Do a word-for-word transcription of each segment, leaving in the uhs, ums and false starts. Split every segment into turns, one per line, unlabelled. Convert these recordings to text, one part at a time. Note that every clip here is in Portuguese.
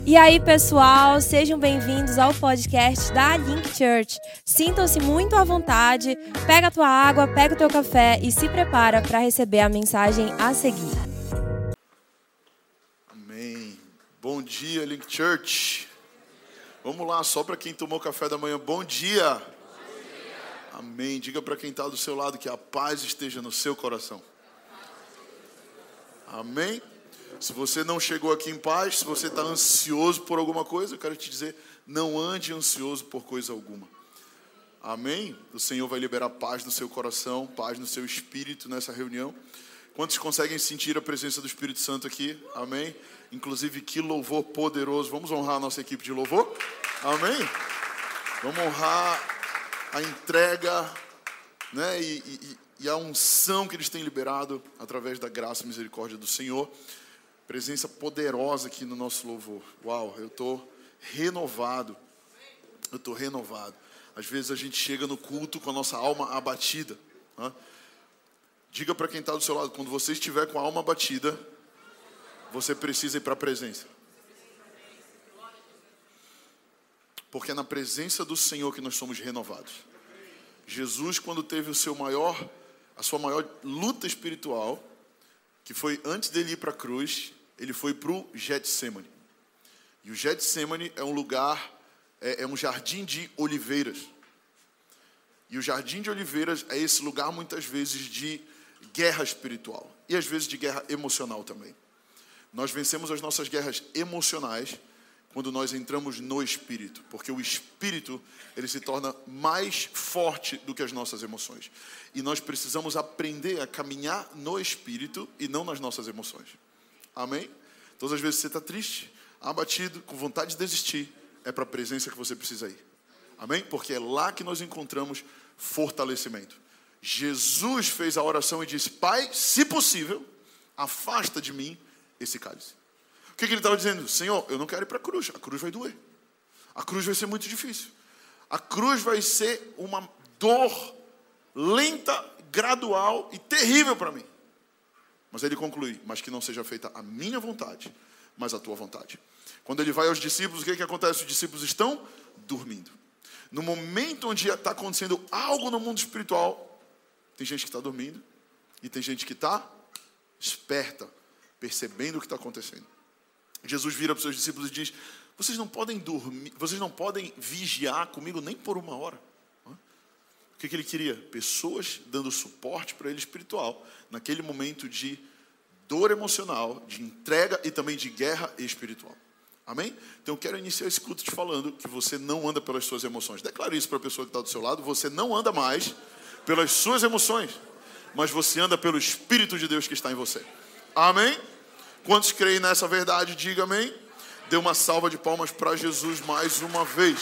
E aí, pessoal, sejam bem-vindos ao podcast da Link Church. Sintam-se muito à vontade, pega a tua água, pega o teu café e se prepara para receber a mensagem a seguir.
Amém. Bom dia, Link Church. Vamos lá, só para quem tomou café da manhã, bom dia. Bom dia. Amém. Diga para quem está do seu lado que a paz esteja no seu coração. Amém. Se você não chegou aqui em paz, se você está ansioso por alguma coisa, eu quero te dizer, não ande ansioso por coisa alguma. Amém? O Senhor vai liberar paz no seu coração, paz no seu espírito nessa reunião. Quantos conseguem sentir a presença do Espírito Santo aqui? Amém? Inclusive, que louvor poderoso. Vamos honrar a nossa equipe de louvor? Amém? Vamos honrar a entrega, né? e, e, e a unção que eles têm liberado através da graça e misericórdia do Senhor. Presença poderosa aqui no nosso louvor. Uau, eu estou renovado. Eu estou renovado. Às vezes a gente chega no culto com a nossa alma abatida. Né? Diga para quem está do seu lado, quando você estiver com a alma abatida, você precisa ir para a presença. Porque é na presença do Senhor que nós somos renovados. Jesus, quando teve o seu maior, a sua maior luta espiritual, que foi antes dele ir para a cruz, ele foi para o Getsemane. E o Getsemane é um lugar, é, é um jardim de oliveiras. E o jardim de oliveiras é esse lugar, muitas vezes, de guerra espiritual. E às vezes de guerra emocional também. Nós vencemos as nossas guerras emocionais quando nós entramos no Espírito. Porque o Espírito, ele se torna mais forte do que as nossas emoções. E nós precisamos aprender a caminhar no Espírito e não nas nossas emoções. Amém? Todas as vezes que você está triste, abatido, com vontade de desistir, é para a presença que você precisa ir. Amém? Porque é lá que nós encontramos fortalecimento. Jesus fez a oração e disse: Pai, se possível, afasta de mim esse cálice. O que, que ele estava dizendo? Senhor, eu não quero ir para a cruz. A cruz vai doer. A cruz vai ser muito difícil. A cruz vai ser uma dor lenta, gradual e terrível para mim. Mas ele conclui, mas que não seja feita a minha vontade, mas a tua vontade. Quando ele vai aos discípulos, o que, que acontece? Os discípulos estão dormindo. No momento onde está acontecendo algo no mundo espiritual, tem gente que está dormindo e tem gente que está esperta, percebendo o que está acontecendo. Jesus vira para os seus discípulos e diz: vocês não podem dormir, vocês não podem vigiar comigo nem por uma hora. O que, que ele queria? Pessoas dando suporte para ele espiritual, naquele momento de dor emocional, de entrega e também de guerra espiritual. Amém? Então eu quero iniciar esse culto te falando que você não anda pelas suas emoções. Declare isso para a pessoa que está do seu lado: você não anda mais pelas suas emoções, mas você anda pelo Espírito de Deus que está em você. Amém? Quantos creem nessa verdade, diga amém. Dê uma salva de palmas para Jesus mais uma vez.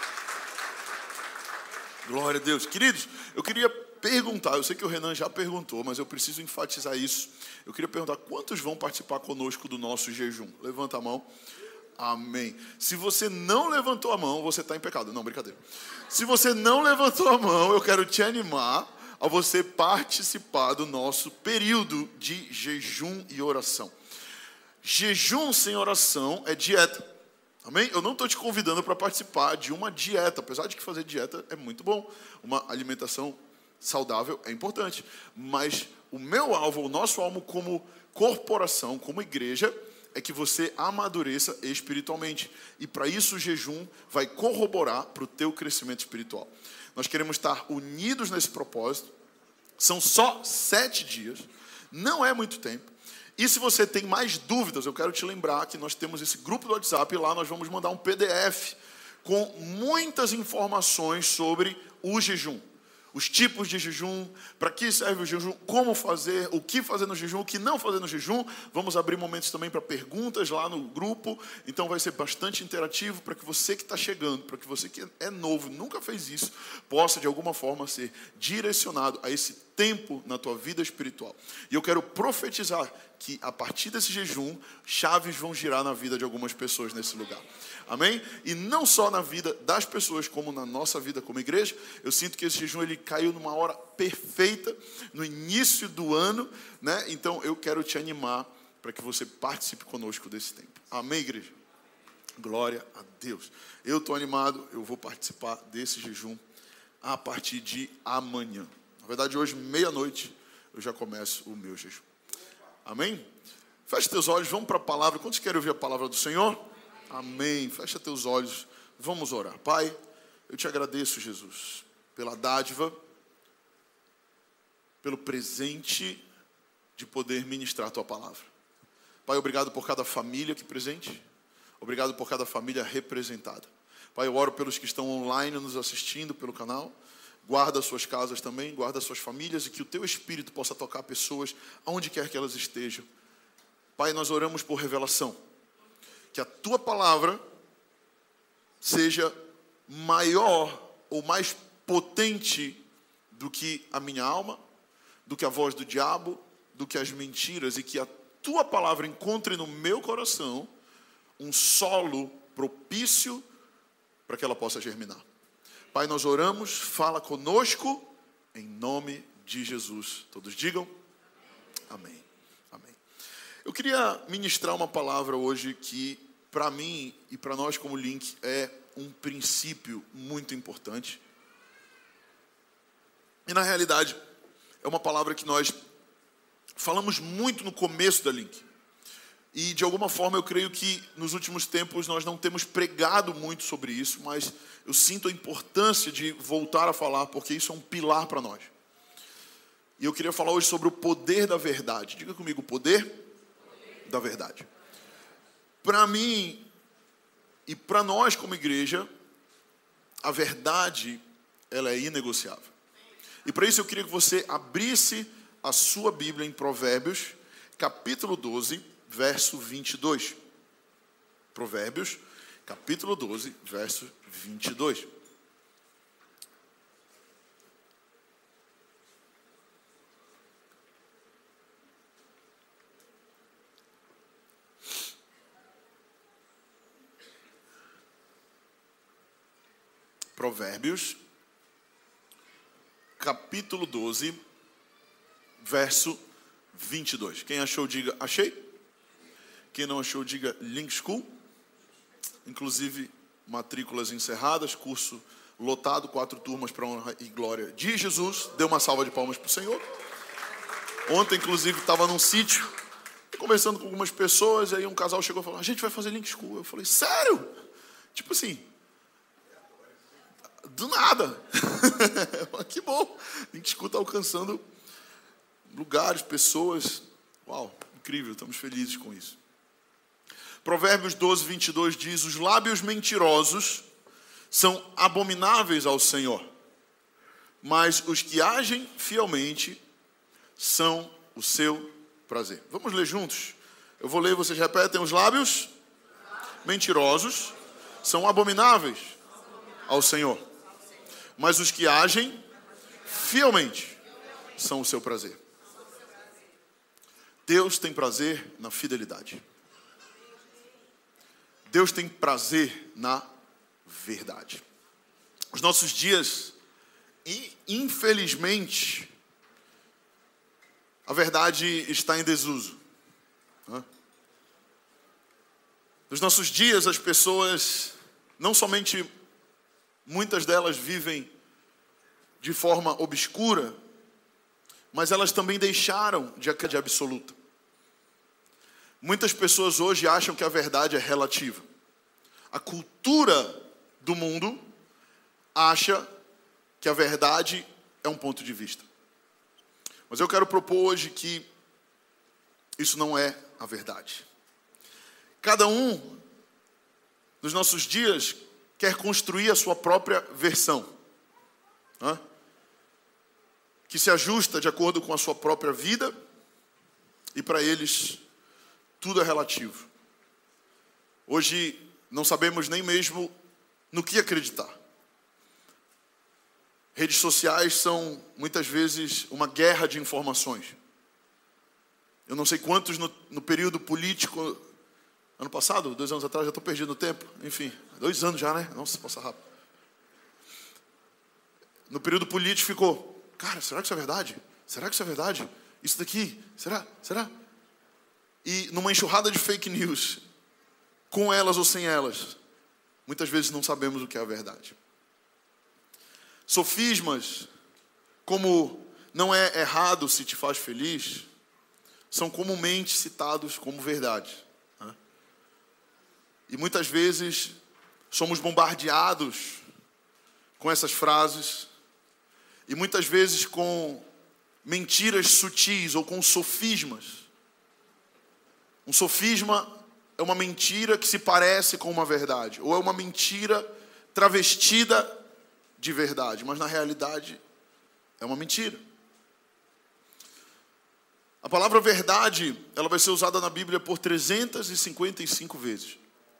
Glória a Deus. Queridos, eu queria perguntar, eu sei que o Renan já perguntou, mas eu preciso enfatizar isso. Eu queria perguntar, quantos vão participar conosco do nosso jejum? Levanta a mão. Amém. Se você não levantou a mão, você está em pecado. Não, brincadeira. Se você não levantou a mão, eu quero te animar a você participar do nosso período de jejum e oração. Jejum sem oração é dieta. Amém? Eu não estou te convidando para participar de uma dieta, apesar de que fazer dieta é muito bom. Uma alimentação saudável é importante. Mas o meu alvo, o nosso alvo como corporação, como igreja, é que você amadureça espiritualmente. E para isso o jejum vai corroborar para o teu crescimento espiritual. Nós queremos estar unidos nesse propósito. São só sete dias. Não é muito tempo. E se você tem mais dúvidas, eu quero te lembrar que nós temos esse grupo do WhatsApp e lá nós vamos mandar um P D F com muitas informações sobre o jejum. Os tipos de jejum, para que serve o jejum, como fazer, o que fazer no jejum, o que não fazer no jejum. Vamos abrir momentos também para perguntas lá no grupo. Então vai ser bastante interativo para que você que está chegando, para que você que é novo, nunca fez isso, possa de alguma forma ser direcionado a esse tempo na tua vida espiritual. E eu quero profetizar que a partir desse jejum, chaves vão girar na vida de algumas pessoas nesse lugar. Amém? E não só na vida das pessoas, como na nossa vida como igreja. Eu sinto que esse jejum ele caiu numa hora perfeita, no início do ano, né? Então eu quero te animar para que você participe conosco desse tempo. Amém, igreja? Glória a Deus. Eu estou animado, eu vou participar desse jejum a partir de amanhã. Na verdade, hoje, meia-noite, eu já começo o meu jejum. Amém? Fecha teus olhos, vamos para a palavra. Quantos querem ouvir a palavra do Senhor? Amém. Fecha teus olhos, vamos orar. Pai, eu te agradeço, Jesus, pela dádiva, pelo presente de poder ministrar a tua palavra. Pai, obrigado por cada família aqui presente. Obrigado por cada família representada. Pai, eu oro pelos que estão online nos assistindo pelo canal. Guarda suas casas também, guarda suas famílias e que o teu Espírito possa tocar pessoas aonde quer que elas estejam. Pai, nós oramos por revelação. Que a tua palavra seja maior ou mais potente do que a minha alma, do que a voz do diabo, do que as mentiras, e que a tua palavra encontre no meu coração um solo propício para que ela possa germinar. Pai, nós oramos, fala conosco, em nome de Jesus. Todos digam amém. Amém. Eu queria ministrar uma palavra hoje que, para mim e para nós como Link, é um princípio muito importante. E, na realidade, é uma palavra que nós falamos muito no começo da Link. E, de alguma forma, eu creio que nos últimos tempos nós não temos pregado muito sobre isso, mas eu sinto a importância de voltar a falar, porque isso é um pilar para nós. E eu queria falar hoje sobre o poder da verdade. Diga comigo, o poder, poder. da verdade. Para mim e para nós como igreja, a verdade, ela é inegociável. E para isso eu queria que você abrisse a sua Bíblia em Provérbios, capítulo doze, verso vinte e dois. Provérbios, capítulo doze, verso vinte e dois. Provérbios, capítulo doze, verso vinte e dois. Quem achou, diga achei. Quem não achou, diga Link School. Inclusive, matrículas encerradas, curso lotado, quatro turmas para honra e glória de Jesus. Dê uma salva de palmas para o Senhor. Ontem, inclusive, estava num sítio, conversando com algumas pessoas, e aí um casal chegou e falou, a gente vai fazer Link School. Eu falei, sério? Tipo assim, do nada. Que bom. Link School está alcançando lugares, pessoas. Uau, incrível, estamos felizes com isso. Provérbios doze, vinte e dois diz, os lábios mentirosos são abomináveis ao Senhor, mas os que agem fielmente são o seu prazer. Vamos ler juntos? Eu vou ler, vocês repetem. Os lábios mentirosos são abomináveis ao Senhor, mas os que agem fielmente são o seu prazer. Deus tem prazer na fidelidade. Deus tem prazer na verdade. Os nossos dias, infelizmente, a verdade está em desuso. Nos nossos dias, as pessoas, não somente muitas delas vivem de forma obscura, mas elas também deixaram de acreditar absoluta. Muitas pessoas hoje acham que a verdade é relativa. A cultura do mundo acha que a verdade é um ponto de vista. Mas eu quero propor hoje que isso não é a verdade. Cada um nos nossos dias quer construir a sua própria versão, né? Que se ajusta de acordo com a sua própria vida, e para eles tudo é relativo. Hoje não sabemos nem mesmo no que acreditar. Redes sociais são muitas vezes uma guerra de informações. Eu não sei quantos no, no período político, ano passado, dois anos atrás, já estou perdido no tempo, enfim, dois anos já, né? Nossa, passa rápido. No período político ficou, cara, será que isso é verdade? Será que isso é verdade? Isso daqui, será? Será? E numa enxurrada de fake news, com elas ou sem elas, muitas vezes não sabemos o que é a verdade. Sofismas, como não é errado se te faz feliz, são comumente citados como verdade. Né? E muitas vezes somos bombardeados com essas frases, e muitas vezes com mentiras sutis ou com sofismas. Um sofisma é uma mentira que se parece com uma verdade, ou é uma mentira travestida de verdade, mas na realidade é uma mentira. A palavra verdade, ela vai ser usada na Bíblia por trezentas e cinquenta e cinco vezes.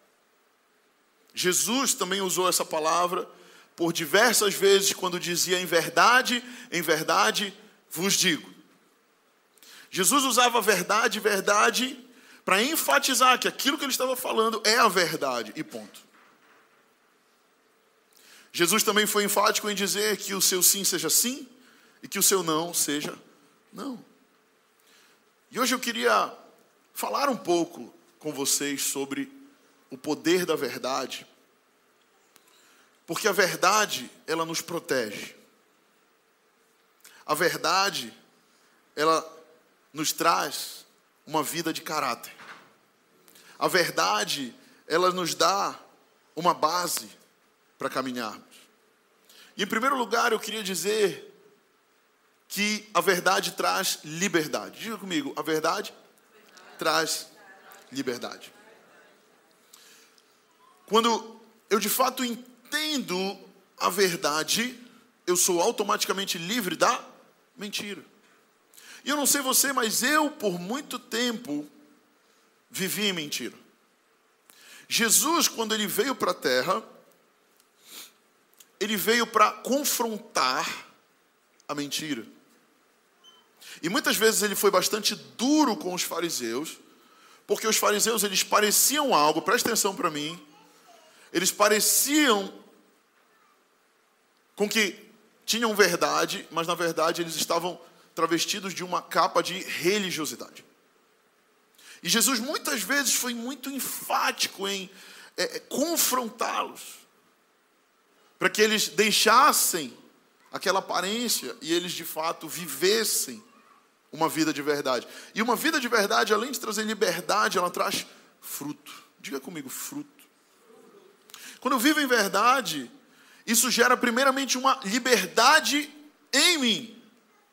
Jesus também usou essa palavra por diversas vezes quando dizia em verdade, em verdade vos digo. Jesus usava verdade, verdade para enfatizar que aquilo que ele estava falando é a verdade e ponto. Jesus também foi enfático em dizer que o seu sim seja sim e que o seu não seja não. E hoje eu queria falar um pouco com vocês sobre o poder da verdade, porque a verdade, ela nos protege. A verdade, ela nos traz uma vida de caráter. A verdade, ela nos dá uma base para caminharmos. E em primeiro lugar, eu queria dizer que a verdade traz liberdade. Diga comigo, a verdade traz liberdade. Quando eu de fato entendo a verdade, eu sou automaticamente livre da mentira. E eu não sei você, mas eu por muito tempo vivi em mentira. Jesus, quando ele veio para a terra, ele veio para confrontar a mentira. E muitas vezes ele foi bastante duro com os fariseus, porque os fariseus, eles pareciam algo, presta atenção para mim, eles pareciam com que tinham verdade, mas na verdade eles estavam travestidos de uma capa de religiosidade. E Jesus muitas vezes foi muito enfático em é, confrontá-los, para que eles deixassem aquela aparência e eles de fato vivessem uma vida de verdade. E uma vida de verdade, além de trazer liberdade, ela traz fruto. Diga comigo, fruto. Quando eu vivo em verdade, isso gera primeiramente uma liberdade em mim.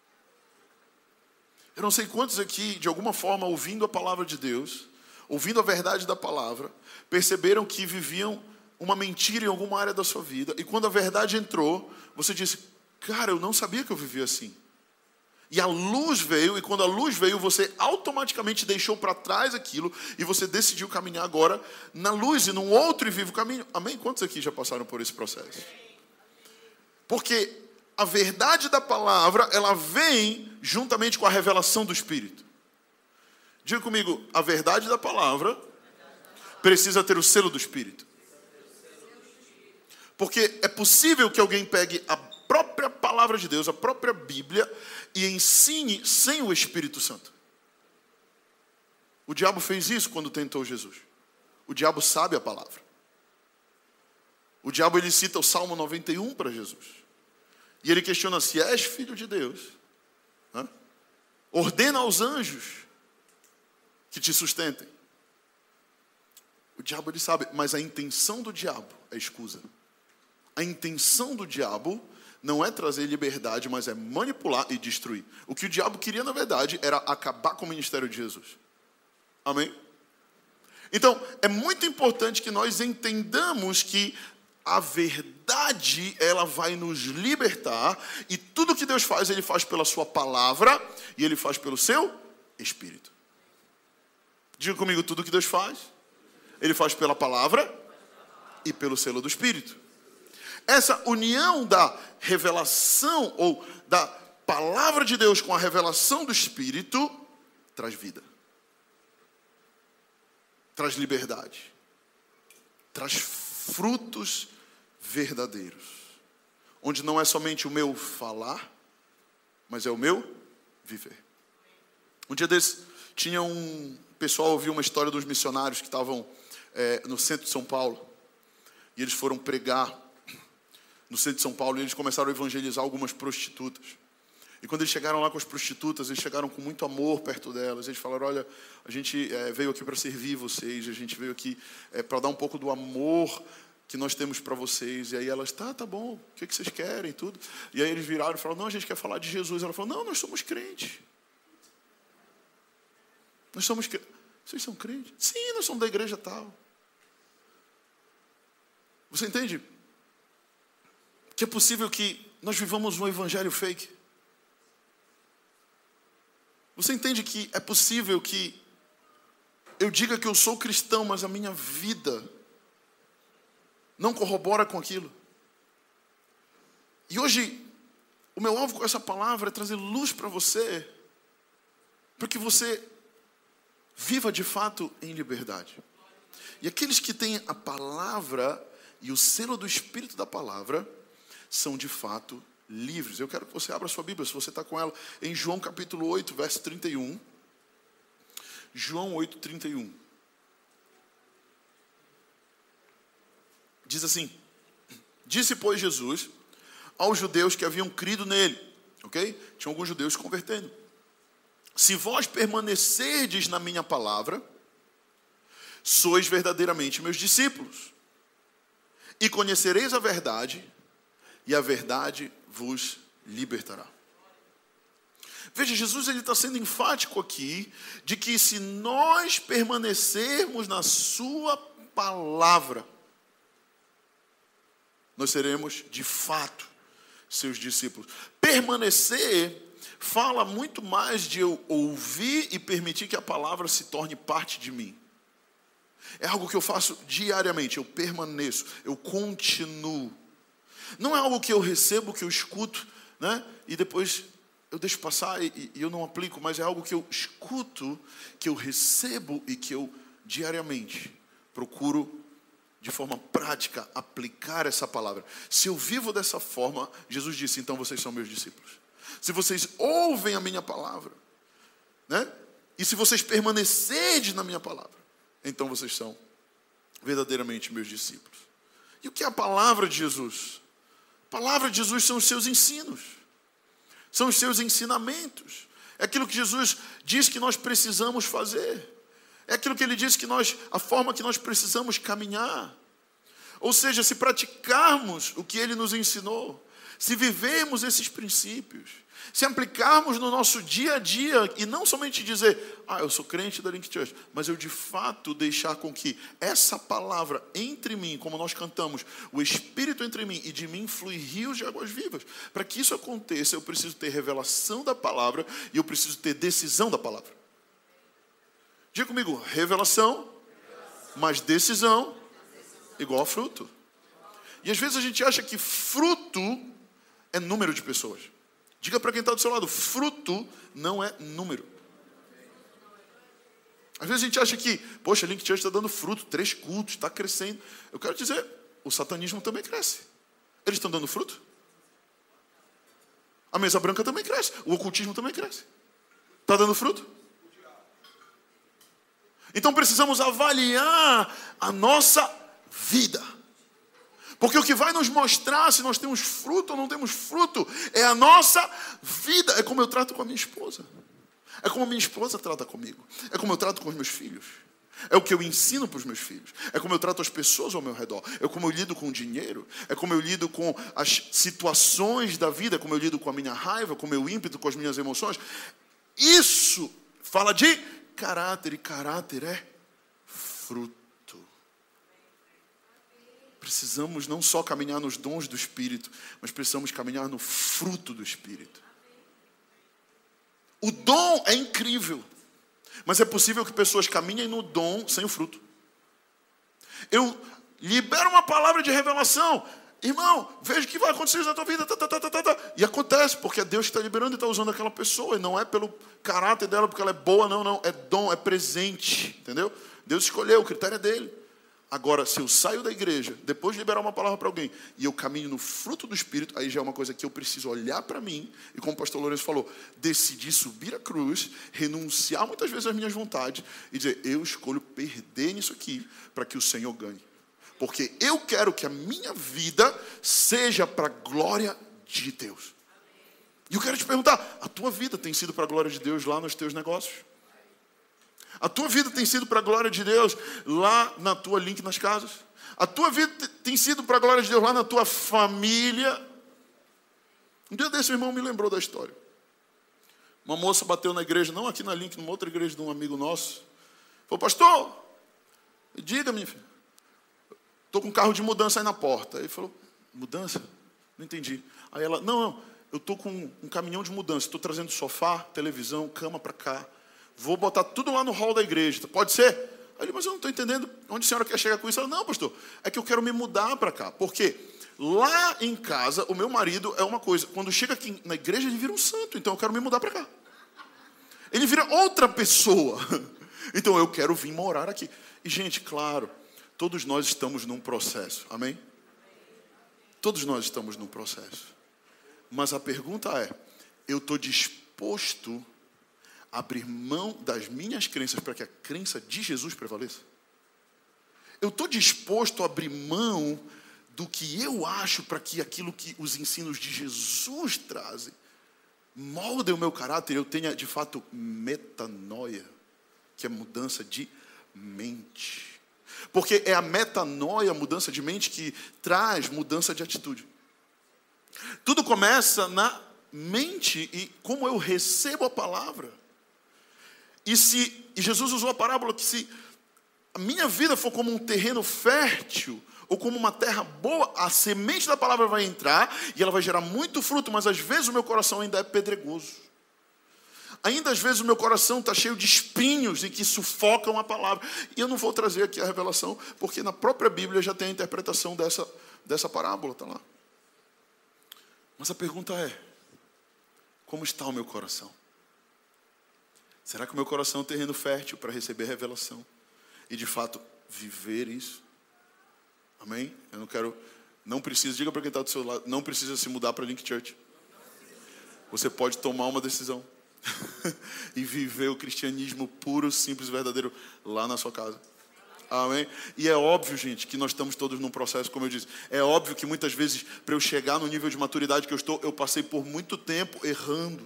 Eu não sei quantos aqui, de alguma forma, ouvindo a palavra de Deus, ouvindo a verdade da palavra, perceberam que viviam uma mentira em alguma área da sua vida, e quando a verdade entrou, você disse, cara, eu não sabia que eu vivia assim. E a luz veio, e quando a luz veio, você automaticamente deixou para trás aquilo, e você decidiu caminhar agora na luz, e num outro e vivo caminho. Amém? Quantos aqui já passaram por esse processo? Porque a verdade da palavra, ela vem juntamente com a revelação do Espírito. Diga comigo, a verdade da palavra precisa ter o selo do Espírito. Porque é possível que alguém pegue a própria palavra de Deus, a própria Bíblia, e ensine sem o Espírito Santo. O diabo fez isso quando tentou Jesus. O diabo sabe a palavra. O diabo, ele cita o Salmo noventa e um para Jesus. E ele questiona, se és filho de Deus, né? Ordena aos anjos que te sustentem. O diabo, ele sabe, mas a intenção do diabo é escusa. A intenção do diabo não é trazer liberdade, mas é manipular e destruir. O que o diabo queria, na verdade, era acabar com o ministério de Jesus. Amém? Então, é muito importante que nós entendamos que a verdade, ela vai nos libertar, e tudo que Deus faz, Ele faz pela sua palavra, e Ele faz pelo seu Espírito. Diga comigo, tudo que Deus faz, Ele faz pela palavra e pelo selo do Espírito. Essa união da revelação, ou da palavra de Deus com a revelação do Espírito, traz vida. Traz liberdade. Traz frutos verdadeiros. Onde não é somente o meu falar, mas é o meu viver. Um dia desse, tinha um pessoal, ouviu uma história dos missionários que estavam é, no centro de São Paulo. E eles foram pregar no centro de São Paulo e eles começaram a evangelizar algumas prostitutas. E quando eles chegaram lá com as prostitutas, eles chegaram com muito amor perto delas. Eles falaram, olha, a gente é, veio aqui para servir vocês, a gente veio aqui é, para dar um pouco do amor que nós temos para vocês. E aí elas, tá, tá bom, o que, que vocês querem, tudo. E aí eles viraram e falaram, não, a gente quer falar de Jesus. Ela falou, não, nós somos crentes. Nós somos crentes. Vocês são crentes? Sim, nós somos da igreja tal. Você entende? Que é possível que nós vivamos um evangelho fake. Você entende que é possível que eu diga que eu sou cristão, mas a minha vida não corrobora com aquilo? E hoje, o meu alvo com essa palavra é trazer luz para você, para que você viva de fato em liberdade. E aqueles que têm a palavra e o selo do Espírito da palavra são de fato livres. Eu quero que você abra a sua Bíblia, se você está com ela, em João capítulo oito, verso trinta e um. João oito, trinta e um. Diz assim: disse, pois, Jesus aos judeus que haviam crido nele, ok? Tinha alguns judeus se convertendo. Se vós permanecerdes na minha palavra, sois verdadeiramente meus discípulos, e conhecereis a verdade, e a verdade vos libertará. Veja, Jesus ele está sendo enfático aqui, de que se nós permanecermos na sua palavra, nós seremos de fato seus discípulos. Permanecer fala muito mais de eu ouvir e permitir que a palavra se torne parte de mim. É algo que eu faço diariamente, eu permaneço, eu continuo. Não é algo que eu recebo, que eu escuto, né? E depois eu deixo passar e, e eu não aplico, mas é algo que eu escuto, que eu recebo e que eu diariamente procuro de forma prática aplicar essa palavra. Se eu vivo dessa forma, Jesus disse, então vocês são meus discípulos. Se vocês ouvem a minha palavra, né? E se vocês permanecerem na minha palavra, então vocês são verdadeiramente meus discípulos. E o que é a palavra de Jesus? A palavra de Jesus são os seus ensinos, são os seus ensinamentos. É aquilo que Jesus diz que nós precisamos fazer. É aquilo que ele diz que nós, a forma que nós precisamos caminhar. Ou seja, se praticarmos o que ele nos ensinou, se vivemos esses princípios, se aplicarmos no nosso dia a dia, e não somente dizer, ah, eu sou crente da Link Church, mas eu de fato deixar com que essa palavra entre mim, como nós cantamos, o Espírito entre mim e de mim flui rios de águas vivas. Para que isso aconteça, eu preciso ter revelação da palavra e eu preciso ter decisão da palavra. Diga comigo, revelação, mais decisão, igual a fruto. E às vezes a gente acha que fruto é número de pessoas. Diga para quem está do seu lado, fruto não é número. Às vezes a gente acha que, poxa, a Link Church está dando fruto, três cultos, está crescendo. Eu quero dizer, o satanismo também cresce. Eles estão dando fruto? A mesa branca também cresce, o ocultismo também cresce. Está dando fruto? Então precisamos avaliar a nossa vida. Porque o que vai nos mostrar se nós temos fruto ou não temos fruto é a nossa vida. É como eu trato com a minha esposa. É como a minha esposa trata comigo. É como eu trato com os meus filhos. É o que eu ensino para os meus filhos. É como eu trato as pessoas ao meu redor. É como eu lido com o dinheiro. É como eu lido com as situações da vida. É como eu lido com a minha raiva, com o meu ímpeto, com as minhas emoções. Isso fala de caráter. E caráter é fruto. Precisamos não só caminhar nos dons do Espírito, mas precisamos caminhar no fruto do Espírito. O dom é incrível, mas é possível que pessoas caminhem no dom sem o fruto. Eu libero uma palavra de revelação, irmão, veja o que vai acontecer na tua vida, tá, tá, tá, tá, tá. E acontece, porque é Deus que está liberando e está usando aquela pessoa, e não é pelo caráter dela, porque ela é boa, não, não, é dom, é presente, entendeu? Deus escolheu, o critério é dele. Agora, se eu saio da igreja, depois de liberar uma palavra para alguém, e eu caminho no fruto do Espírito, aí já é uma coisa que eu preciso olhar para mim, e como o pastor Lourenço falou, decidir subir a cruz, renunciar muitas vezes às minhas vontades, e dizer, eu escolho perder nisso aqui, para que o Senhor ganhe. Porque eu quero que a minha vida seja para a glória de Deus. E eu quero te perguntar, a tua vida tem sido para a glória de Deus lá nos teus negócios? A tua vida tem sido para a glória de Deus lá na tua Link nas casas? A tua vida tem sido para a glória de Deus lá na tua família? Um dia desse, o irmão me lembrou da história. Uma moça bateu na igreja, não aqui na Link, numa outra igreja de um amigo nosso. Falou, pastor, diga-me, estou com um carro de mudança aí na porta. Ele falou, mudança? Não entendi. Aí ela, não, não, eu estou com um caminhão de mudança, estou trazendo sofá, televisão, cama para cá. Vou botar tudo lá no hall da igreja. Pode ser? Aí ele, mas eu não estou entendendo onde a senhora quer chegar com isso. Ela, não, pastor, é que eu quero me mudar para cá. Por quê? Lá em casa, o meu marido é uma coisa. Quando chega aqui na igreja, ele vira um santo. Então eu quero me mudar para cá. Ele vira outra pessoa. Então eu quero vir morar aqui. E, gente, claro, todos nós estamos num processo. Amém? Todos nós estamos num processo. Mas a pergunta é, eu estou disposto abrir mão das minhas crenças para que a crença de Jesus prevaleça? Eu estou disposto a abrir mão do que eu acho para que aquilo que os ensinos de Jesus trazem moldem o meu caráter e eu tenha, de fato, metanoia, que é mudança de mente. Porque é a metanoia, a mudança de mente, que traz mudança de atitude. Tudo começa na mente e como eu recebo a palavra. E, se, e Jesus usou a parábola que se a minha vida for como um terreno fértil, ou como uma terra boa, a semente da palavra vai entrar e ela vai gerar muito fruto, mas às vezes o meu coração ainda é pedregoso. Ainda às vezes o meu coração está cheio de espinhos e que sufocam a palavra. E eu não vou trazer aqui a revelação, porque na própria Bíblia já tem a interpretação dessa, dessa parábola, está lá. Mas a pergunta é, como está o meu coração? Será que o meu coração é um terreno fértil para receber revelação? E de fato, viver isso? Amém? Eu não quero, não precisa, diga para quem está do seu lado, não precisa se mudar para Link Church. Você pode tomar uma decisão. E viver o cristianismo puro, simples, verdadeiro, lá na sua casa. Amém? E é óbvio, gente, que nós estamos todos num processo, como eu disse. É óbvio que muitas vezes, para eu chegar no nível de maturidade que eu estou, eu passei por muito tempo errando.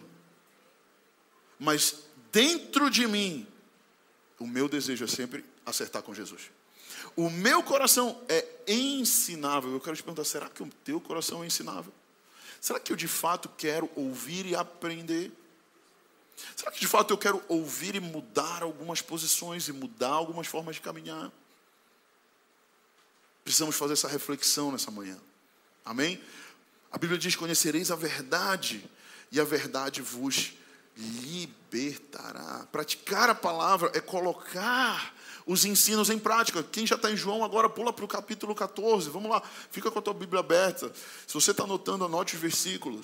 Mas dentro de mim, o meu desejo é sempre acertar com Jesus. O meu coração é ensinável. Eu quero te perguntar, será que o teu coração é ensinável? Será que eu de fato quero ouvir e aprender? Será que de fato eu quero ouvir e mudar algumas posições e mudar algumas formas de caminhar? Precisamos fazer essa reflexão nessa manhã. Amém? A Bíblia diz, conhecereis a verdade e a verdade vos libertará. Praticar a palavra é colocar os ensinos em prática. Quem já está em João agora, pula para o capítulo catorze. Vamos lá, fica com a tua Bíblia aberta. Se você está anotando, anote os versículos.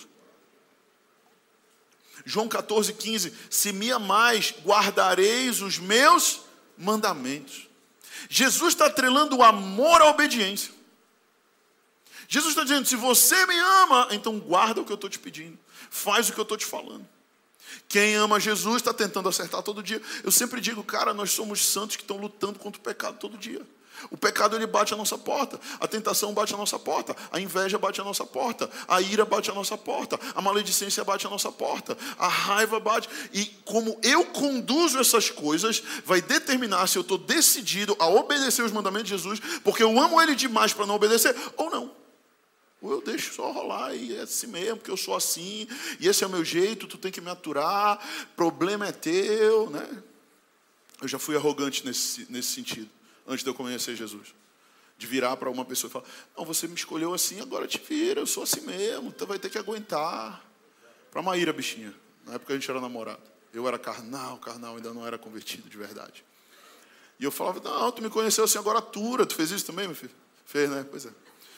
João catorze, quinze. Se me amais, guardareis os meus mandamentos. Jesus está atrelando o amor à obediência. Jesus está dizendo, se você me ama, então guarda o que eu estou te pedindo. Faz o que eu estou te falando. Quem ama Jesus está tentando acertar todo dia. Eu sempre digo, cara, nós somos santos que estão lutando contra o pecado todo dia. O pecado, ele bate a nossa porta. A tentação bate a nossa porta. A inveja bate a nossa porta. A ira bate a nossa porta. A maledicência bate a nossa porta. A raiva bate. E como eu conduzo essas coisas, vai determinar se eu estou decidido a obedecer os mandamentos de Jesus, porque eu amo Ele demais para não obedecer, ou não. Ou eu deixo só rolar, e é assim mesmo, porque eu sou assim, e esse é o meu jeito, tu tem que me aturar, problema é teu, né? Eu já fui arrogante nesse, nesse sentido, antes de eu conhecer Jesus. De virar para uma pessoa e falar, não, você me escolheu assim, agora te vira, eu sou assim mesmo, tu vai ter que aguentar. Para Maíra, bichinha, na época a gente era namorado. Eu era carnal, carnal ainda não era convertido de verdade. E eu falava, não, tu me conheceu assim, agora atura, tu fez isso também, meu filho? Fez, né? Pois é.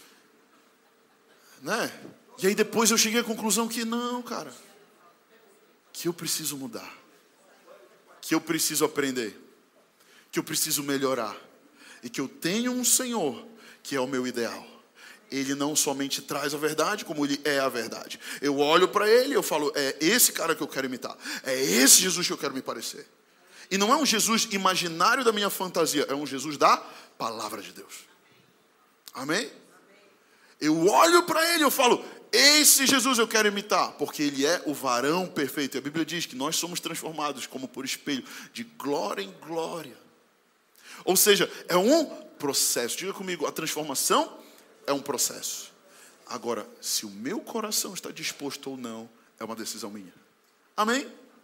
Né? E aí depois eu cheguei à conclusão que não, cara, que eu preciso mudar, que eu preciso aprender, que eu preciso melhorar. e que eu tenho um Senhor que é o meu ideal. Ele não somente traz a verdade, como ele é a verdade. Eu olho para ele e eu falo, é esse cara que eu quero imitar. É esse Jesus que eu quero me parecer. E não é um Jesus imaginário da minha fantasia, é um Jesus da palavra de Deus. Amém? Eu olho para ele e eu falo, esse Jesus eu quero imitar, porque ele é o varão perfeito. E a Bíblia diz que nós somos transformados como por espelho, de glória em glória. Ou seja, é um processo. Diga comigo, a transformação é um processo. Agora, se o meu coração está disposto ou não, é uma decisão minha. Amém?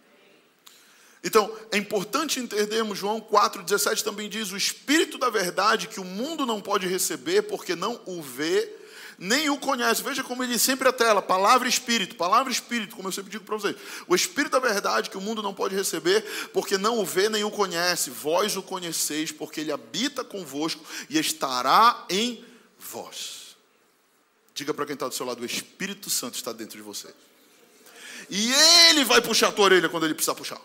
Então, é importante entendermos, João quatro, dezessete também diz, o Espírito da verdade que o mundo não pode receber, porque não o vê, nem o conhece. Veja como ele sempre atela, palavra e Espírito, palavra e Espírito, como eu sempre digo para vocês. O Espírito da verdade que o mundo não pode receber, porque não o vê, nem o conhece. Vós o conheceis, porque ele habita convosco e estará em vós. Diga para quem está do seu lado, o Espírito Santo está dentro de você. E ele vai puxar a tua orelha quando ele precisar puxar.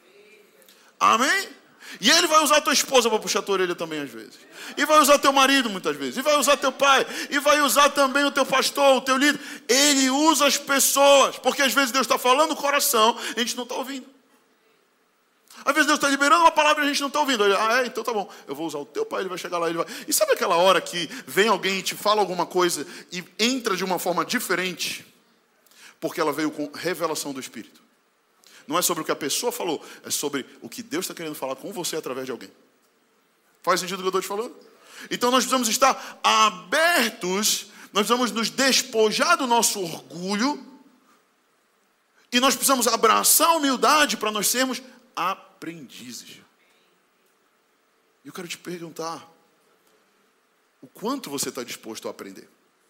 Amém? E ele vai usar a tua esposa para puxar a tua orelha também às vezes. E vai usar teu marido muitas vezes. E vai usar teu pai. E vai usar também o teu pastor, o teu líder. Ele usa as pessoas. Porque às vezes Deus está falando no coração, a gente não está ouvindo. Às vezes Deus está liberando uma palavra e a gente não está ouvindo. Ele, ah, é? Então tá bom. Eu vou usar o teu pai, ele vai chegar lá. Ele vai... E sabe aquela hora que vem alguém e te fala alguma coisa e entra de uma forma diferente? Porque ela veio com revelação do Espírito. Não é sobre o que a pessoa falou, é sobre o que Deus está querendo falar com você através de alguém. Faz sentido o que eu estou te falando? Então nós precisamos estar abertos, nós precisamos nos despojar do nosso orgulho e nós precisamos abraçar a humildade para nós sermos aprendizes. E eu quero te perguntar, o quanto você está disposto a aprender?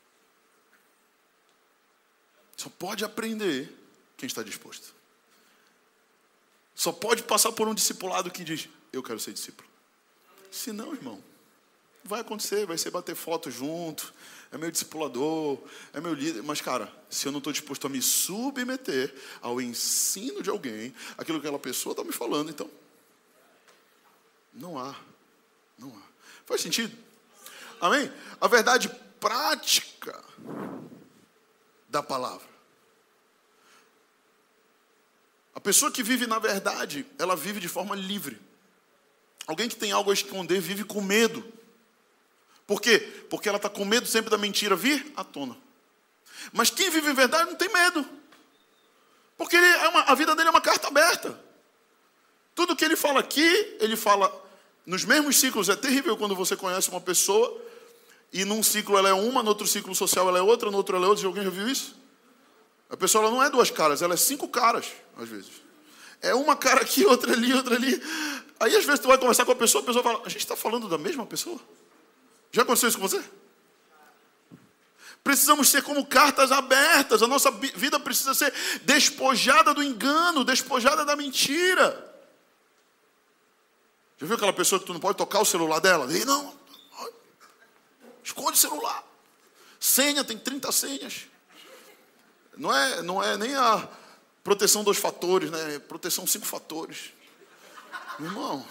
Só pode aprender quem está disposto. Só pode passar por um discipulado que diz, eu quero ser discípulo. Se não, irmão, vai acontecer, vai ser bater foto junto, é meu discipulador, é meu líder. Mas, cara, se eu não estou disposto a me submeter ao ensino de alguém, aquilo que aquela pessoa está me falando, então, não há, não há. Faz sentido? Amém? A verdade prática da palavra. A pessoa que vive na verdade, ela vive de forma livre. Alguém que tem algo a esconder vive com medo. Por quê? Porque ela está com medo sempre da mentira vir à tona. Mas quem vive em verdade não tem medo. Porque ele é uma, a vida dele é uma carta aberta. Tudo que ele fala aqui, ele fala nos mesmos ciclos. É terrível quando você conhece uma pessoa e num ciclo ela é uma, no outro ciclo social ela é outra, no outro ela é outra. Alguém já viu isso? A pessoa ela não é duas caras, ela é cinco caras, às vezes. É uma cara aqui, outra ali, outra ali. Aí, às vezes, tu vai conversar com a pessoa, a pessoa fala, a gente está falando da mesma pessoa? Já aconteceu isso com você? Precisamos ser como cartas abertas. A nossa vida precisa ser despojada do engano, despojada da mentira. Já viu aquela pessoa que tu não pode tocar o celular dela? E não, esconde o celular. Senha, tem trinta senhas. Não é, não é nem a proteção dos fatores, né? É proteção cinco fatores. Irmão.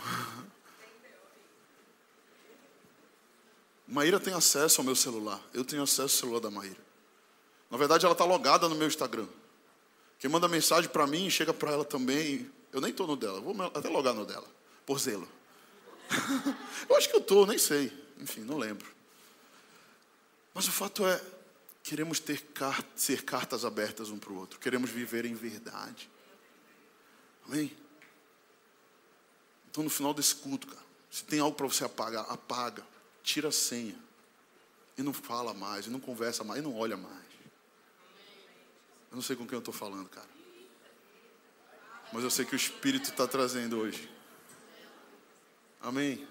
Maíra tem acesso ao meu celular. Eu tenho acesso ao celular da Maíra. Na verdade, ela está logada no meu Instagram. Quem manda mensagem para mim, chega para ela também. Eu nem estou no dela. Vou até logar no dela. Por zelo. Eu acho que eu estou, nem sei. Enfim, não lembro. Mas o fato é, queremos ter car- ser cartas abertas um para o outro. Queremos viver em verdade. Amém? Então, no final desse culto, cara, se tem algo para você apagar, apaga. Tira a senha. E não fala mais, e não conversa mais, e não olha mais. Eu não sei com quem eu estou falando, cara. Mas eu sei que o Espírito está trazendo hoje. Amém?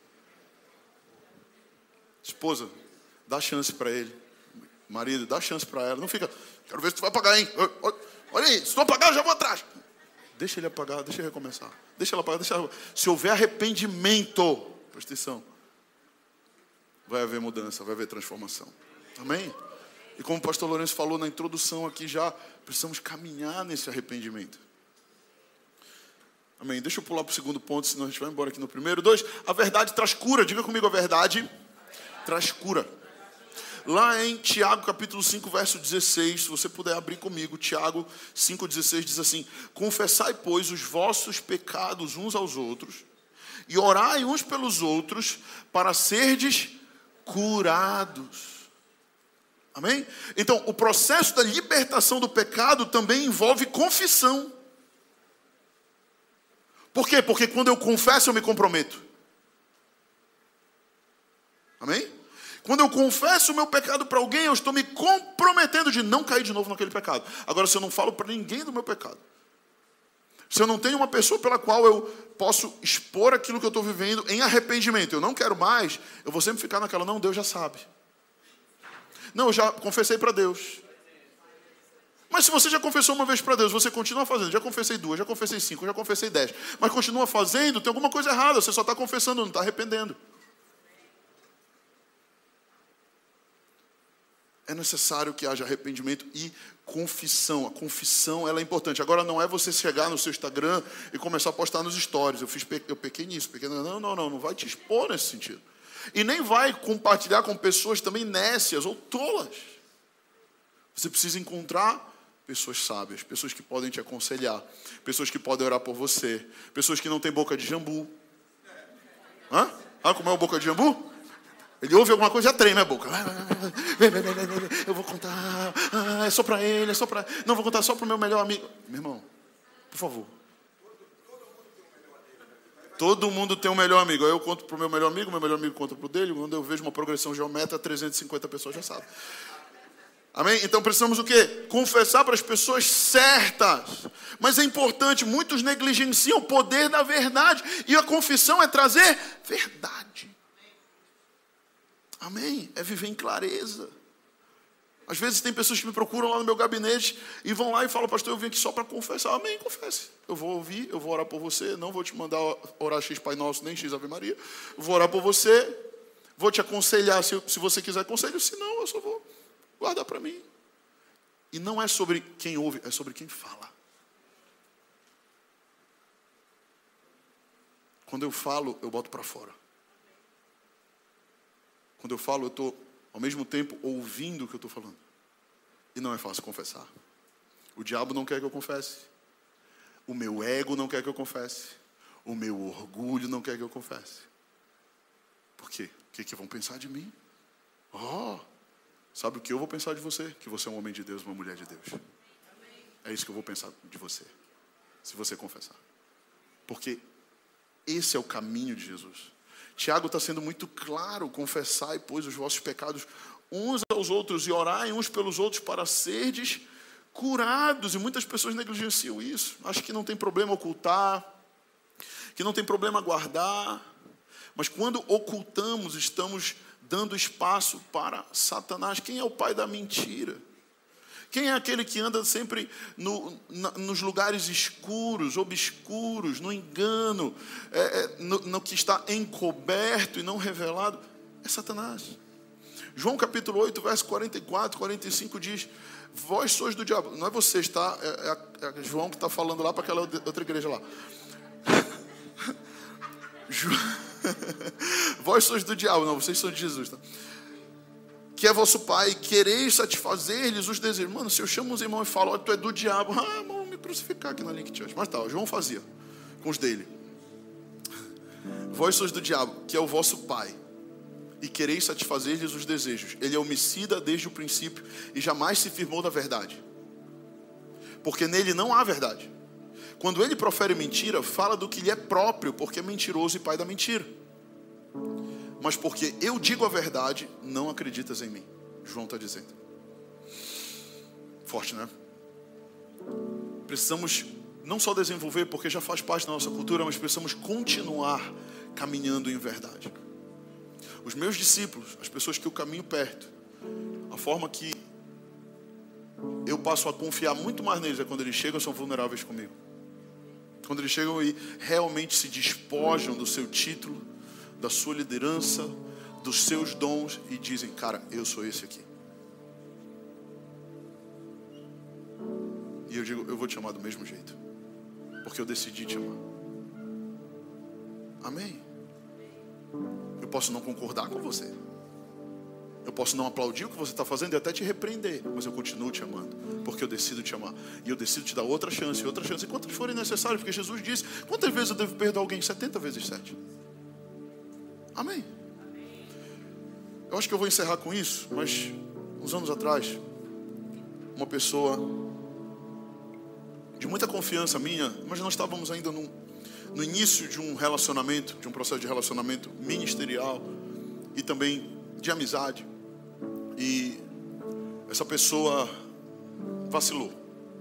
Esposa, dá chance para ele. Marido, dá chance para ela. Não fica, quero ver se tu vai pagar, hein? Olha aí, se tu apagar, eu já vou atrás. Deixa ele apagar, deixa ele recomeçar. Deixa ela apagar, deixa ela... Se houver arrependimento, presta atenção, vai haver mudança, vai haver transformação. Amém? E como o pastor Lourenço falou na introdução aqui já, precisamos caminhar nesse arrependimento. Amém. Deixa eu pular para o segundo ponto, senão a gente vai embora aqui no primeiro. Dois, a verdade traz cura. Diga comigo, a verdade traz cura. Lá em Tiago, capítulo cinco, verso dezesseis, se você puder abrir comigo, Tiago cinco, dezesseis diz assim: confessai, pois, os vossos pecados uns aos outros, e orai uns pelos outros, para serdes curados. Amém? Então, o processo da libertação do pecado também envolve confissão. Por quê? Porque quando eu confesso, eu me comprometo. Amém? Quando eu confesso o meu pecado para alguém, eu estou me comprometendo de não cair de novo naquele pecado. Agora, se eu não falo para ninguém do meu pecado, se eu não tenho uma pessoa pela qual eu posso expor aquilo que eu estou vivendo em arrependimento, eu não quero mais, eu vou sempre ficar naquela, não, Deus já sabe. Não, eu já confessei para Deus. Mas se você já confessou uma vez para Deus, você continua fazendo. Já confessei duas, já confessei cinco, já confessei dez. Mas continua fazendo, tem alguma coisa errada. Você só está confessando, não está arrependendo. É necessário que haja arrependimento e confissão. A confissão, ela é importante. Agora, não é você chegar no seu Instagram e começar a postar nos stories. Eu, fiz, eu pequei nisso. Pequei, não, não, não. Não vai te expor nesse sentido. E nem vai compartilhar com pessoas também nécias ou tolas. Você precisa encontrar pessoas sábias, pessoas que podem te aconselhar, pessoas que podem orar por você, pessoas que não têm boca de jambu. Hã? Ah, como é a boca de jambu? Ele ouve alguma coisa, já treme a boca. Eu vou contar, ah, é só para ele, é só para... Não, vou contar só para o meu melhor amigo. Meu irmão, por favor. Todo mundo tem um melhor amigo. Eu conto para o meu melhor amigo, meu melhor amigo conta para o dele. Quando eu vejo uma progressão geométrica, trezentas e cinquenta pessoas já sabem. Amém? Então precisamos o quê? Confessar para as pessoas certas. Mas é importante, muitos negligenciam o poder da verdade. E a confissão é trazer verdade. Amém? É viver em clareza. Às vezes tem pessoas que me procuram lá no meu gabinete e vão lá e falam, pastor, eu vim aqui só para confessar. Amém, confesse. Eu vou ouvir, eu vou orar por você. Não vou te mandar orar X Pai Nosso, nem X Ave Maria. Eu vou orar por você. Vou te aconselhar se, se você quiser conselho. Se não, eu só vou guardar para mim. E não é sobre quem ouve, é sobre quem fala. Quando eu falo, eu boto para fora. Quando eu falo, eu estou, ao mesmo tempo, ouvindo o que eu estou falando. E não é fácil confessar. O diabo não quer que eu confesse. O meu ego não quer que eu confesse. O meu orgulho não quer que eu confesse. Por quê? O que, que vão pensar de mim? Oh, sabe o que eu vou pensar de você? Que você é um homem de Deus, uma mulher de Deus. É isso que eu vou pensar de você, se você confessar. Porque esse é o caminho de Jesus. Tiago está sendo muito claro: confessai, pois, os vossos pecados uns aos outros e orai uns pelos outros para serdes curados. E muitas pessoas negligenciam isso. Acham que não tem problema ocultar, que não tem problema guardar. Mas quando ocultamos, estamos dando espaço para Satanás. Quem é o pai da mentira? Quem é aquele que anda sempre no, na, nos lugares escuros, obscuros, no engano, é, é, no, no que está encoberto e não revelado? É Satanás. João capítulo oito, verso quarenta e quatro, quarenta e cinco diz: vós sois do diabo. Não é vocês, tá? É, é, é João que está falando lá para aquela outra igreja lá. Vós sois do diabo. Não, vocês são de Jesus, tá? Que é vosso pai, quereis satisfazer-lhes os desejos. Mano, se eu chamo os irmãos e falo, olha, tu é do diabo, ah, irmão, vou me crucificar aqui na Link Church. Mas tá, João fazia com os dele. Vós sois do diabo, que é o vosso pai, e quereis satisfazer-lhes os desejos. Ele é homicida desde o princípio e jamais se firmou na verdade, porque nele não há verdade. Quando ele profere mentira, fala do que lhe é próprio, porque é mentiroso e pai da mentira. Mas porque eu digo a verdade, não acreditas em mim. João está dizendo. Forte, né? Precisamos não só desenvolver, porque já faz parte da nossa cultura, mas precisamos continuar caminhando em verdade. Os meus discípulos, as pessoas que eu caminho perto, a forma que eu passo a confiar muito mais neles é quando eles chegam e são vulneráveis comigo. Quando eles chegam e realmente se despojam do seu título, da sua liderança, dos seus dons e dizem, cara, eu sou esse aqui. E eu digo, eu vou te amar do mesmo jeito, porque eu decidi te amar. Amém? Eu posso não concordar com você. Eu posso não aplaudir o que você está fazendo e até te repreender, mas eu continuo te amando, porque eu decido te amar. E eu decido te dar outra chance, outra chance, e quantas forem necessárias, porque Jesus disse, quantas vezes eu devo perdoar alguém? setenta vezes sete. Amém? Eu acho que eu vou encerrar com isso, mas uns anos atrás, uma pessoa de muita confiança minha, mas nós estávamos ainda no, no início de um relacionamento, de um processo de relacionamento ministerial e também de amizade. E essa pessoa vacilou.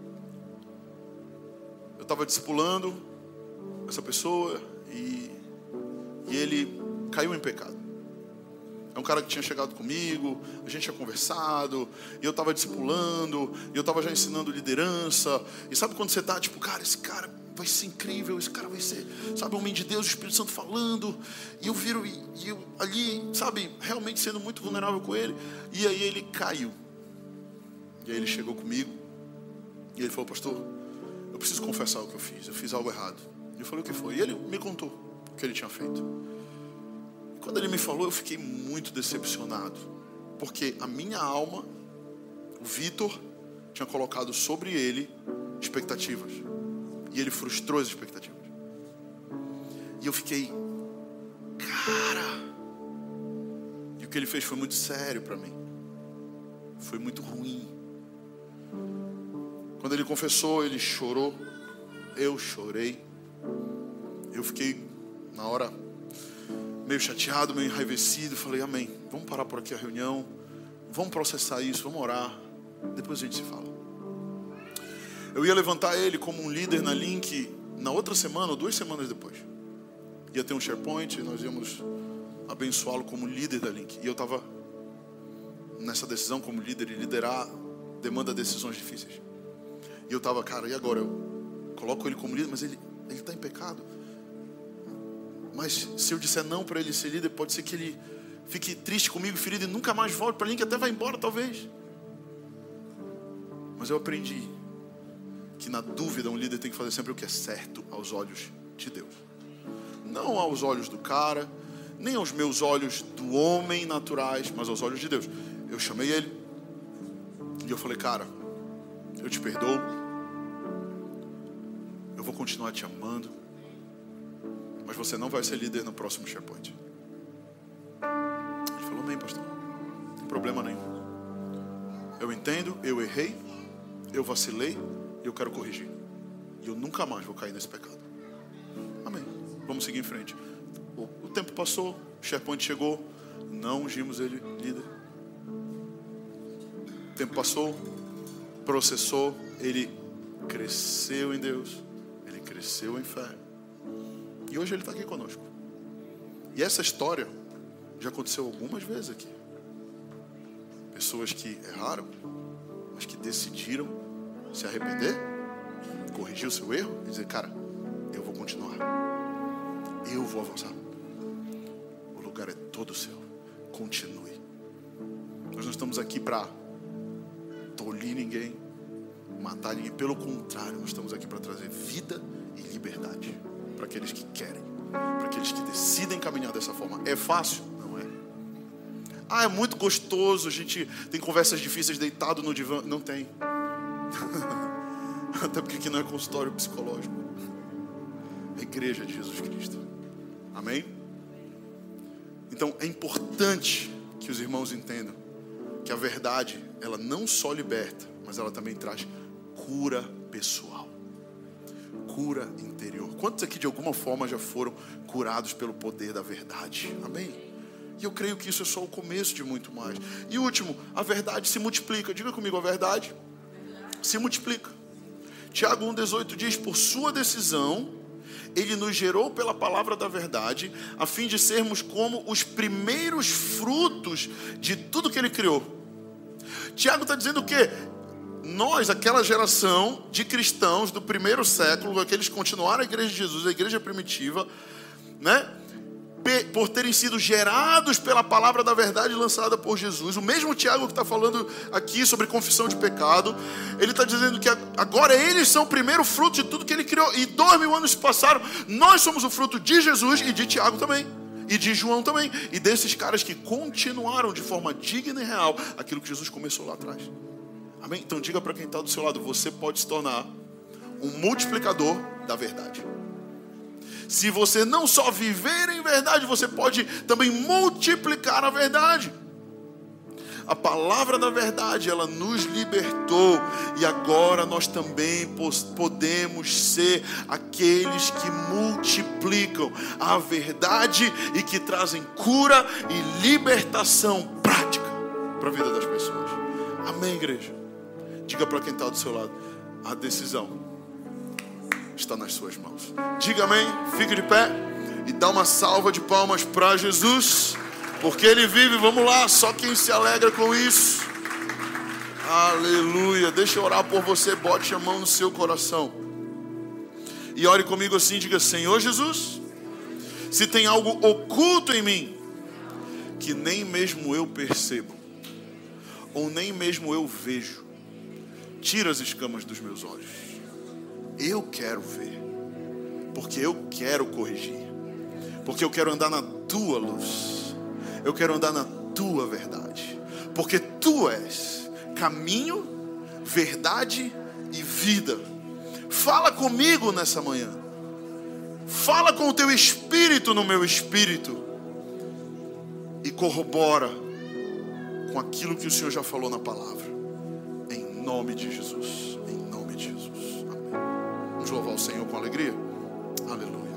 Eu estava discipulando essa pessoa e, e ele caiu em pecado. É um cara que tinha chegado comigo, a gente tinha conversado, e eu estava discipulando, e eu estava já ensinando liderança. E sabe quando você está tipo, cara, esse cara vai ser incrível, esse cara vai ser, sabe, um homem de Deus, o Espírito Santo falando. E eu viro, e, e eu ali, sabe, realmente sendo muito vulnerável com ele. E aí ele caiu. E aí ele chegou comigo, e ele falou, pastor, eu preciso confessar o que eu fiz, eu fiz algo errado. E eu falei, o que foi? E ele me contou o que ele tinha feito. Quando ele me falou, eu fiquei muito decepcionado, porque a minha alma, o Vitor, tinha colocado sobre ele expectativas, e ele frustrou as expectativas. E eu fiquei, cara, e o que ele fez foi muito sério para mim, foi muito ruim. Quando ele confessou, ele chorou, eu chorei, eu fiquei na hora meio chateado, meio enraivecido. Falei, amém, vamos parar por aqui a reunião, vamos processar isso, vamos orar, depois a gente se fala. Eu ia levantar ele como um líder na Link na outra semana, ou duas semanas depois. Ia ter um SharePoint, nós íamos abençoá-lo como líder da Link. E eu estava nessa decisão como líder, e liderar demanda decisões difíceis. E eu estava, cara, e agora? Eu coloco ele como líder, mas ele ele está em pecado. Mas se eu disser não para ele ser líder, pode ser que ele fique triste comigo, ferido, e nunca mais volte para a Link, até vai embora talvez. Mas eu aprendi que na dúvida um líder tem que fazer sempre o que é certo aos olhos de Deus. Não aos olhos do cara, nem aos meus olhos do homem naturais, mas aos olhos de Deus. Eu chamei ele e eu falei, cara, eu te perdoo, eu vou continuar te amando, mas você não vai ser líder no próximo SharePoint. Ele falou, amém, pastor, não tem problema nenhum. Eu entendo, eu errei, eu vacilei, eu quero corrigir. E eu nunca mais vou cair nesse pecado. Amém. Vamos seguir em frente. O, o tempo passou, o SharePoint chegou, não ungimos ele líder. O tempo passou, processou, ele cresceu em Deus, ele cresceu em fé. E hoje ele está aqui conosco. E essa história já aconteceu algumas vezes aqui. Pessoas que erraram, mas que decidiram se arrepender, corrigir o seu erro e dizer, cara, eu vou continuar, eu vou avançar, o lugar é todo seu, continue. Nós não estamos aqui para tolir ninguém, matar ninguém, pelo contrário, nós estamos aqui para trazer vida e liberdade para aqueles que querem, para aqueles que decidem caminhar dessa forma. É fácil? Não é. Ah, é muito gostoso, a gente tem conversas difíceis deitado no divã. Não tem. Até porque aqui não é consultório psicológico, é a igreja de Jesus Cristo. Amém? Então é importante que os irmãos entendam que a verdade, ela não só liberta, mas ela também traz cura pessoal, cura interior. Quantos aqui de alguma forma já foram curados pelo poder da verdade? Amém? E eu creio que isso é só o começo de muito mais. E último, a verdade se multiplica. Diga comigo, a verdade se multiplica. Tiago um dezoito diz, por sua decisão, ele nos gerou pela palavra da verdade, a fim de sermos como os primeiros frutos de tudo que ele criou. Tiago está dizendo o quê? Nós, aquela geração de cristãos do primeiro século, aqueles que continuaram a igreja de Jesus, a igreja primitiva, né? por terem sido gerados pela palavra da verdade lançada por Jesus. O mesmo Tiago que está falando aqui sobre confissão de pecado, ele está dizendo que agora eles são o primeiro fruto de tudo que ele criou. E dois mil anos se passaram, nós somos o fruto de Jesus e de Tiago também. E de João também. E desses caras que continuaram de forma digna e real aquilo que Jesus começou lá atrás. Amém? Então diga para quem está do seu lado, você pode se tornar um multiplicador da verdade. Se você não só viver em verdade, você pode também multiplicar a verdade. A palavra da verdade, ela nos libertou. E agora nós também podemos ser aqueles que multiplicam a verdade e que trazem cura e libertação prática para a vida das pessoas. Amém, igreja? Diga para quem está do seu lado, a decisão está nas suas mãos. Diga amém, fique de pé e dá uma salva de palmas para Jesus, porque Ele vive. Vamos lá, só quem se alegra com isso. Aleluia. Deixa eu orar por você, bote a mão no seu coração e ore comigo assim, diga: Senhor Jesus, se tem algo oculto em mim que nem mesmo eu percebo, ou nem mesmo eu vejo, tira as escamas dos meus olhos. Eu quero ver, porque eu quero corrigir, porque eu quero andar na tua luz, eu quero andar na tua verdade, porque tu és caminho, verdade e vida. Fala comigo nessa manhã, fala com o teu espírito no meu espírito e corrobora com aquilo que o Senhor já falou na palavra, em nome de Jesus, em nome de Jesus. Amém. Vamos louvar o Senhor com alegria? Aleluia.